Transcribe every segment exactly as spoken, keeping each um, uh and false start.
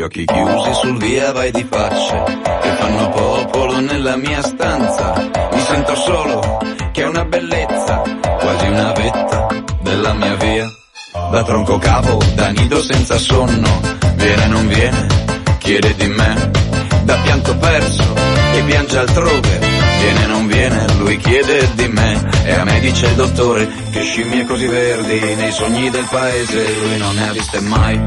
occhi chiusi sul via vai di facce che fanno popolo nella mia stanza. Mi sento solo, che è una bellezza, quasi una vetta della mia via. Da tronco capo, da nido senza sonno, viene non viene, chiede di me. Da pianto perso, che piange altrove, viene non viene, lui chiede di me. E a me dice il dottore che scimmie così verdi nei sogni del paese lui non ne ha viste mai.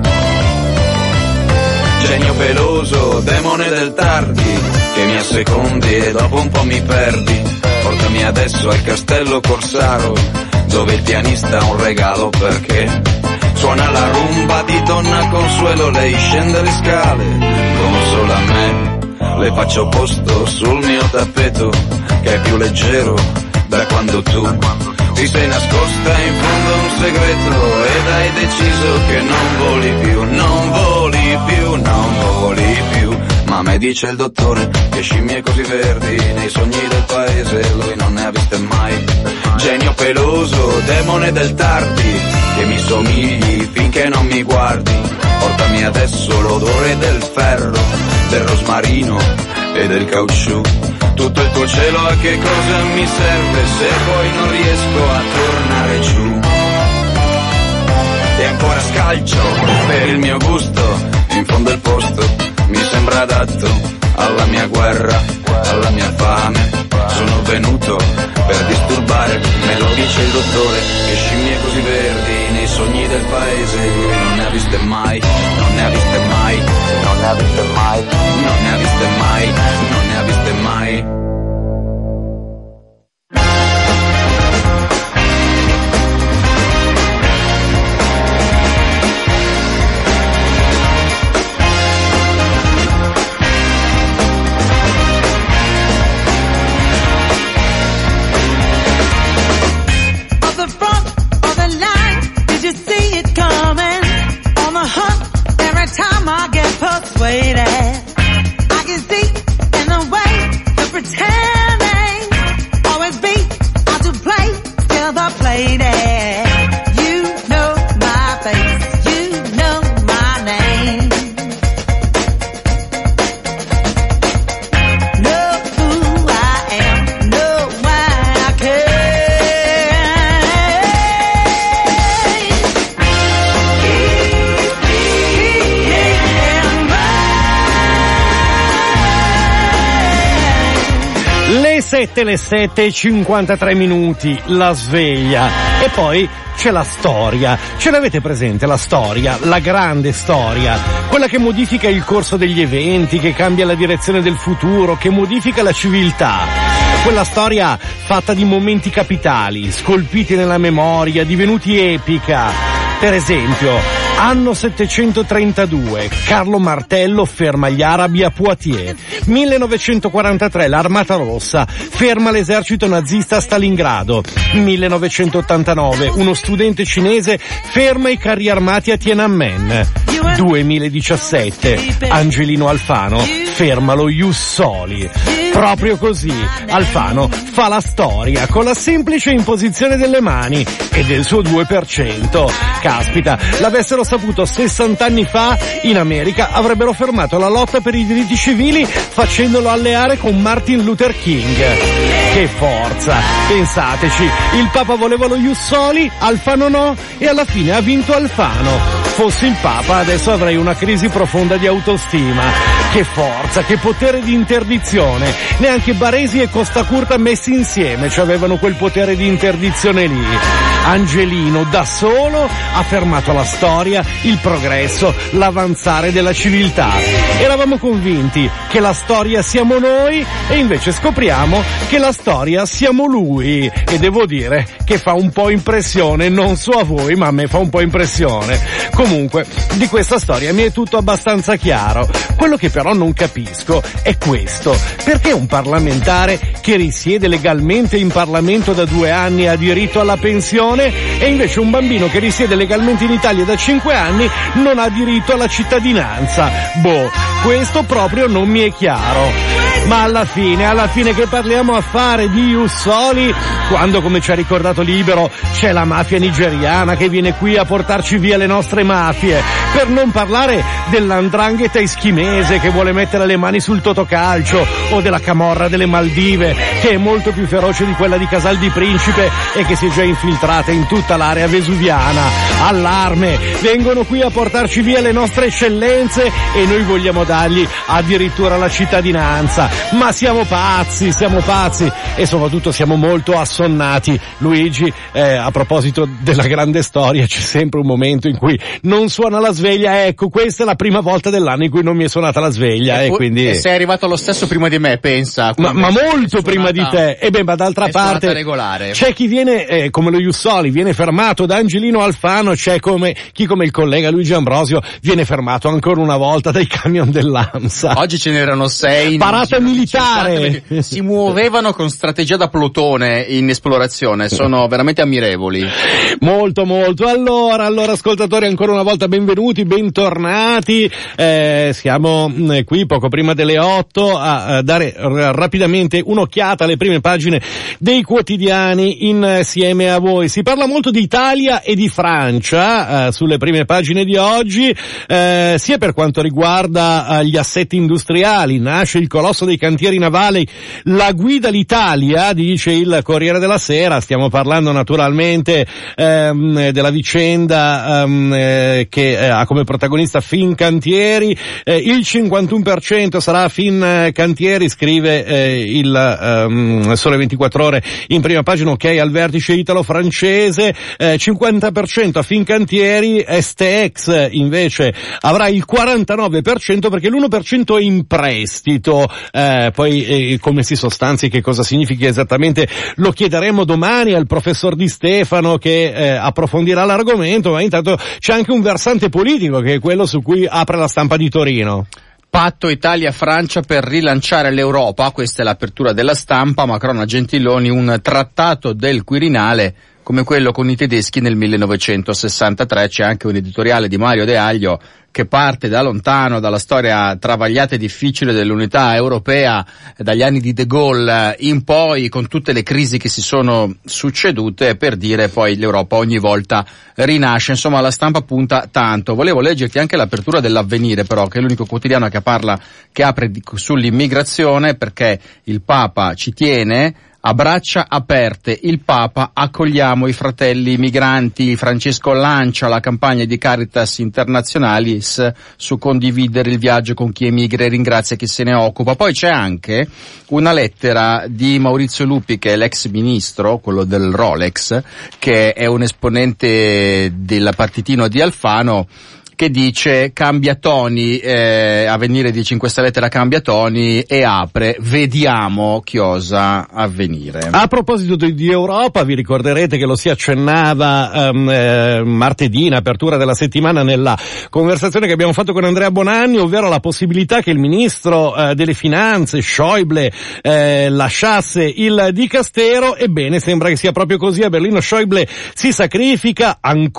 Genio peloso, demone del tardi, che mi assecondi e dopo un po' mi perdi. Portami adesso al castello Corsaro, dove il pianista ha un regalo perché suona la rumba di Donna Consuelo. Lei scende le scale, consola me, le faccio posto sul mio tappeto, che è più leggero da quando tu ti sei nascosta in fondo a un segreto ed hai deciso che non voli più, non voli più, non voli più. Ma me dice il dottore che scimmie così verdi nei sogni del paese lui non ne ha viste mai. Genio peloso, demone del tardi, che mi somigli finché non mi guardi. Portami adesso l'odore del ferro, del rosmarino e del caucciù. Tutto il tuo cielo a che cosa mi serve se poi non riesco a tornare giù. E ancora scalcio per il mio gusto, in fondo il posto mi sembra adatto alla mia guerra, alla mia fame. Sono venuto per disturbare, me lo dice il dottore, che scimmie così verdi nei sogni del paese lui non ne ha viste mai, non ne ha viste mai, non ne ha viste mai, non ne ha viste mai, non ne ha viste mai. Persuaded, I can see in the way you're pretending, always be out to play, still the played it. You know my face, you know my name. Know who I am, know why I care. Le sette, le sette e cinquantatré minuti, la sveglia. E poi c'è la storia. Ce l'avete presente la storia? La grande storia. Quella che modifica il corso degli eventi, che cambia la direzione del futuro, che modifica la civiltà. Quella storia fatta di momenti capitali, scolpiti nella memoria, divenuti epica. Per esempio, anno settecentotrentadue, Carlo Martello ferma gli arabi a Poitiers. millenovecentoquarantatré, l'Armata Rossa ferma l'esercito nazista a Stalingrado. millenovecentottantanove, uno studente cinese ferma i carri armati a Tiananmen. duemiladiciassette, Angelino Alfano ferma lo Ius Soli. Proprio così, Alfano fa la storia con la semplice imposizione delle mani e del suo due per cento. Caspita, l'avessero saputo sessanta anni fa, in America avrebbero fermato la lotta per i diritti civili facendolo alleare con Martin Luther King. Che forza! Pensateci, il Papa voleva lo Ius Soli, Alfano no, e alla fine ha vinto Alfano. Fossi il Papa adesso avrei una crisi profonda di autostima. Che forza, che potere di interdizione. Neanche Baresi e Costa Curta messi insieme ci avevano quel potere di interdizione lì. Angelino da solo ha fermato la storia, il progresso, l'avanzare della civiltà. Eravamo convinti che la storia siamo noi e invece scopriamo che la storia siamo lui. E devo dire che fa un po' impressione, non so a voi, ma a me fa un po' impressione. Comunque, di questa storia mi è tutto abbastanza chiaro. Quello che però non capisco è questo. Perché un parlamentare che risiede legalmente in Parlamento da due anni ha diritto alla pensione e invece un bambino che risiede legalmente in Italia da cinque anni non ha diritto alla cittadinanza? Boh, questo proprio non mi è chiaro. ma alla fine, alla fine che parliamo a fare di Jussoli, quando, come ci ha ricordato Libero, c'è la mafia nigeriana che viene qui a portarci via le nostre mafie, per non parlare dell'andrangheta eschimese che vuole mettere le mani sul Totocalcio, o della camorra delle Maldive che è molto più feroce di quella di Casal di Principe e che si è già infiltrata in tutta l'area vesuviana. Allarme, vengono qui a portarci via le nostre eccellenze e noi vogliamo dargli addirittura la cittadinanza. Ma siamo pazzi, siamo pazzi e soprattutto siamo molto assonnati. Luigi, eh, a proposito della grande storia, c'è sempre un momento in cui non suona la sveglia. Ecco, questa è la prima volta dell'anno in cui non mi è suonata la sveglia, e, e quindi e sei arrivato lo stesso prima di me, pensa. Ma, ma molto prima di te. E beh, ma d'altra parte regolare. C'è chi viene eh, come lo Jussoli, viene fermato da Angelino Alfano, c'è come chi come il collega Luigi Ambrosio viene fermato ancora una volta dai camion dell'ANSA. Oggi ce n'erano sei. Parata militare. Si muovevano con strategia da plotone in esplorazione, sono veramente ammirevoli. Molto molto. Allora, allora ascoltatori, ancora una volta benvenuti, bentornati. Eh, siamo eh, qui poco prima delle otto a, a dare r- rapidamente un'occhiata alle prime pagine dei quotidiani insieme a voi. Si parla molto di Italia e di Francia eh, sulle prime pagine di oggi, eh, sia per quanto riguarda eh, gli assetti industriali. Nasce il colosso dei cantieri navali, la guida l'Italia, dice il Corriere della Sera. Stiamo parlando naturalmente ehm, della vicenda ehm, eh, che eh, ha come protagonista Fincantieri. Eh, il cinquantuno per cento sarà Fincantieri, scrive eh, il ehm, Sole ventiquattro Ore in prima pagina. Ok al vertice italo-francese, eh, cinquanta per cento a Fincantieri. Stex invece avrà il quarantanove per cento perché l'uno per cento è in prestito. Eh, poi eh, come si sostanzi, che cosa significa esattamente, lo chiederemo domani al professor Di Stefano che eh, approfondirà l'argomento, ma intanto c'è anche un versante politico che è quello su cui apre la Stampa di Torino. Patto Italia-Francia per rilanciare l'Europa, questa è l'apertura della Stampa. Macron a Gentiloni, un trattato del Quirinale come quello con i tedeschi nel millenovecentosessantatré. C'è anche un editoriale di Mario De Aglio che parte da lontano, dalla storia travagliata e difficile dell'unità europea, dagli anni di De Gaulle in poi, con tutte le crisi che si sono succedute, per dire poi l'Europa ogni volta rinasce. Insomma, la Stampa punta tanto. Volevo leggerti anche l'apertura dell'Avvenire, però, che è l'unico quotidiano che parla, che apre sull'immigrazione, perché il Papa ci tiene. A braccia aperte, il Papa, accogliamo i fratelli migranti. Francesco lancia la campagna di Caritas Internationalis su condividere il viaggio con chi emigra e ringrazia chi se ne occupa. Poi c'è anche una lettera di Maurizio Lupi, che è l'ex ministro, quello del Rolex, che è un esponente del partitino di Alfano, che dice cambia toni, eh, Avvenire dice in questa lettera cambia toni e apre vediamo chiosa Avvenire. A proposito di, di Europa, vi ricorderete che lo si accennava um, eh, martedì in apertura della settimana nella conversazione che abbiamo fatto con Andrea Bonanni, ovvero la possibilità che il ministro eh, delle finanze Schäuble eh, lasciasse il dicastero. Ebbene, sembra che sia proprio così. A Berlino Schäuble si sacrifica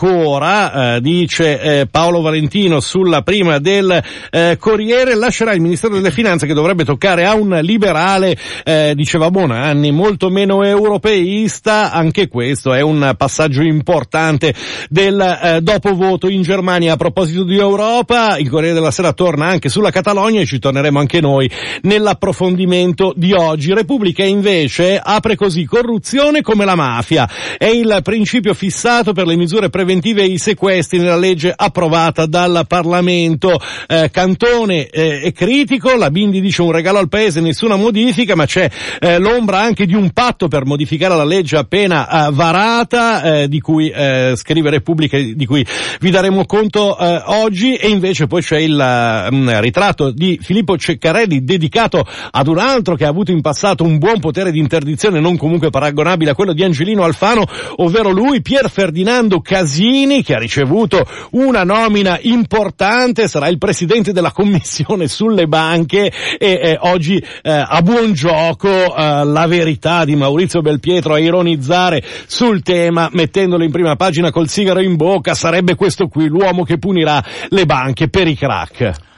ancora, eh, dice eh, Paolo Valentino sulla prima del eh, Corriere. Lascerà il Ministero delle Finanze, che dovrebbe toccare a un liberale, eh, diceva Bonanni, molto meno europeista. Anche questo è un passaggio importante del eh, dopovoto in Germania. A proposito di Europa, il Corriere della Sera torna anche sulla Catalogna e ci torneremo anche noi nell'approfondimento di oggi. Repubblica invece apre così: corruzione come la mafia è il principio fissato per le misure preventive e i sequestri nella legge approvata dal Parlamento. Eh, Cantone eh, è critico, la Bindi dice un regalo al paese, nessuna modifica, ma c'è eh, l'ombra anche di un patto per modificare la legge appena eh, varata, eh, di cui eh, scrive Repubblica, di cui vi daremo conto eh, oggi. E invece poi c'è il eh, ritratto di Filippo Ceccarelli dedicato ad un altro che ha avuto in passato un buon potere di interdizione, non comunque paragonabile a quello di Angelino Alfano, ovvero lui, Pier Ferdinando Casini, che ha ricevuto una nomina importante, sarà il presidente della commissione sulle banche. E eh, oggi eh, a buon gioco eh, La Verità di Maurizio Belpietro a ironizzare sul tema, mettendolo in prima pagina col sigaro in bocca: sarebbe questo qui l'uomo che punirà le banche per i crack.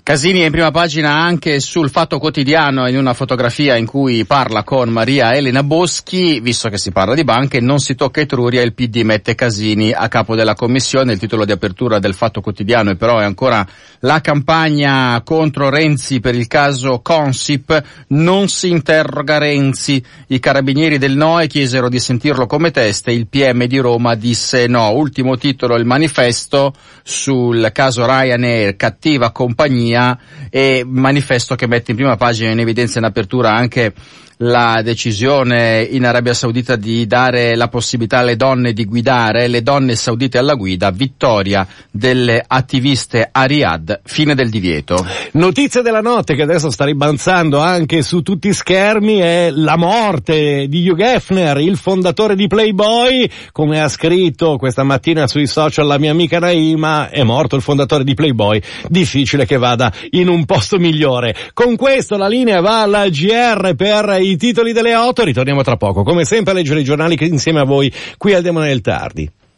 Casini è in prima pagina anche sul Fatto Quotidiano, in una fotografia in cui parla con Maria Elena Boschi. Visto che si parla di banche, non si tocca Etruria, il P D mette Casini a capo della commissione. Il titolo di apertura del Fatto Quotidiano e però è ancora la campagna contro Renzi per il caso Consip. Non si interroga Renzi, i carabinieri del N O E chiesero di sentirlo come teste, il P M di Roma disse no. Ultimo titolo, il manifesto sul caso Ryanair, cattiva compagnia, e manifesto che mette in prima pagina in evidenza in apertura anche la decisione in Arabia Saudita di dare la possibilità alle donne di guidare, le donne saudite alla guida, vittoria delle attiviste a Riyadh, fine del divieto. Notizia della notte che adesso sta ribalzando anche su tutti i schermi è la morte di Hugh Hefner, il fondatore di Playboy. Come ha scritto questa mattina sui social la mia amica Naima, è morto il fondatore di Playboy, difficile che vada in un posto migliore. Con questo la linea va alla G R per i titoli delle otto, ritorniamo tra poco, come sempre a leggere i giornali che insieme a voi qui al Demone del Tardi.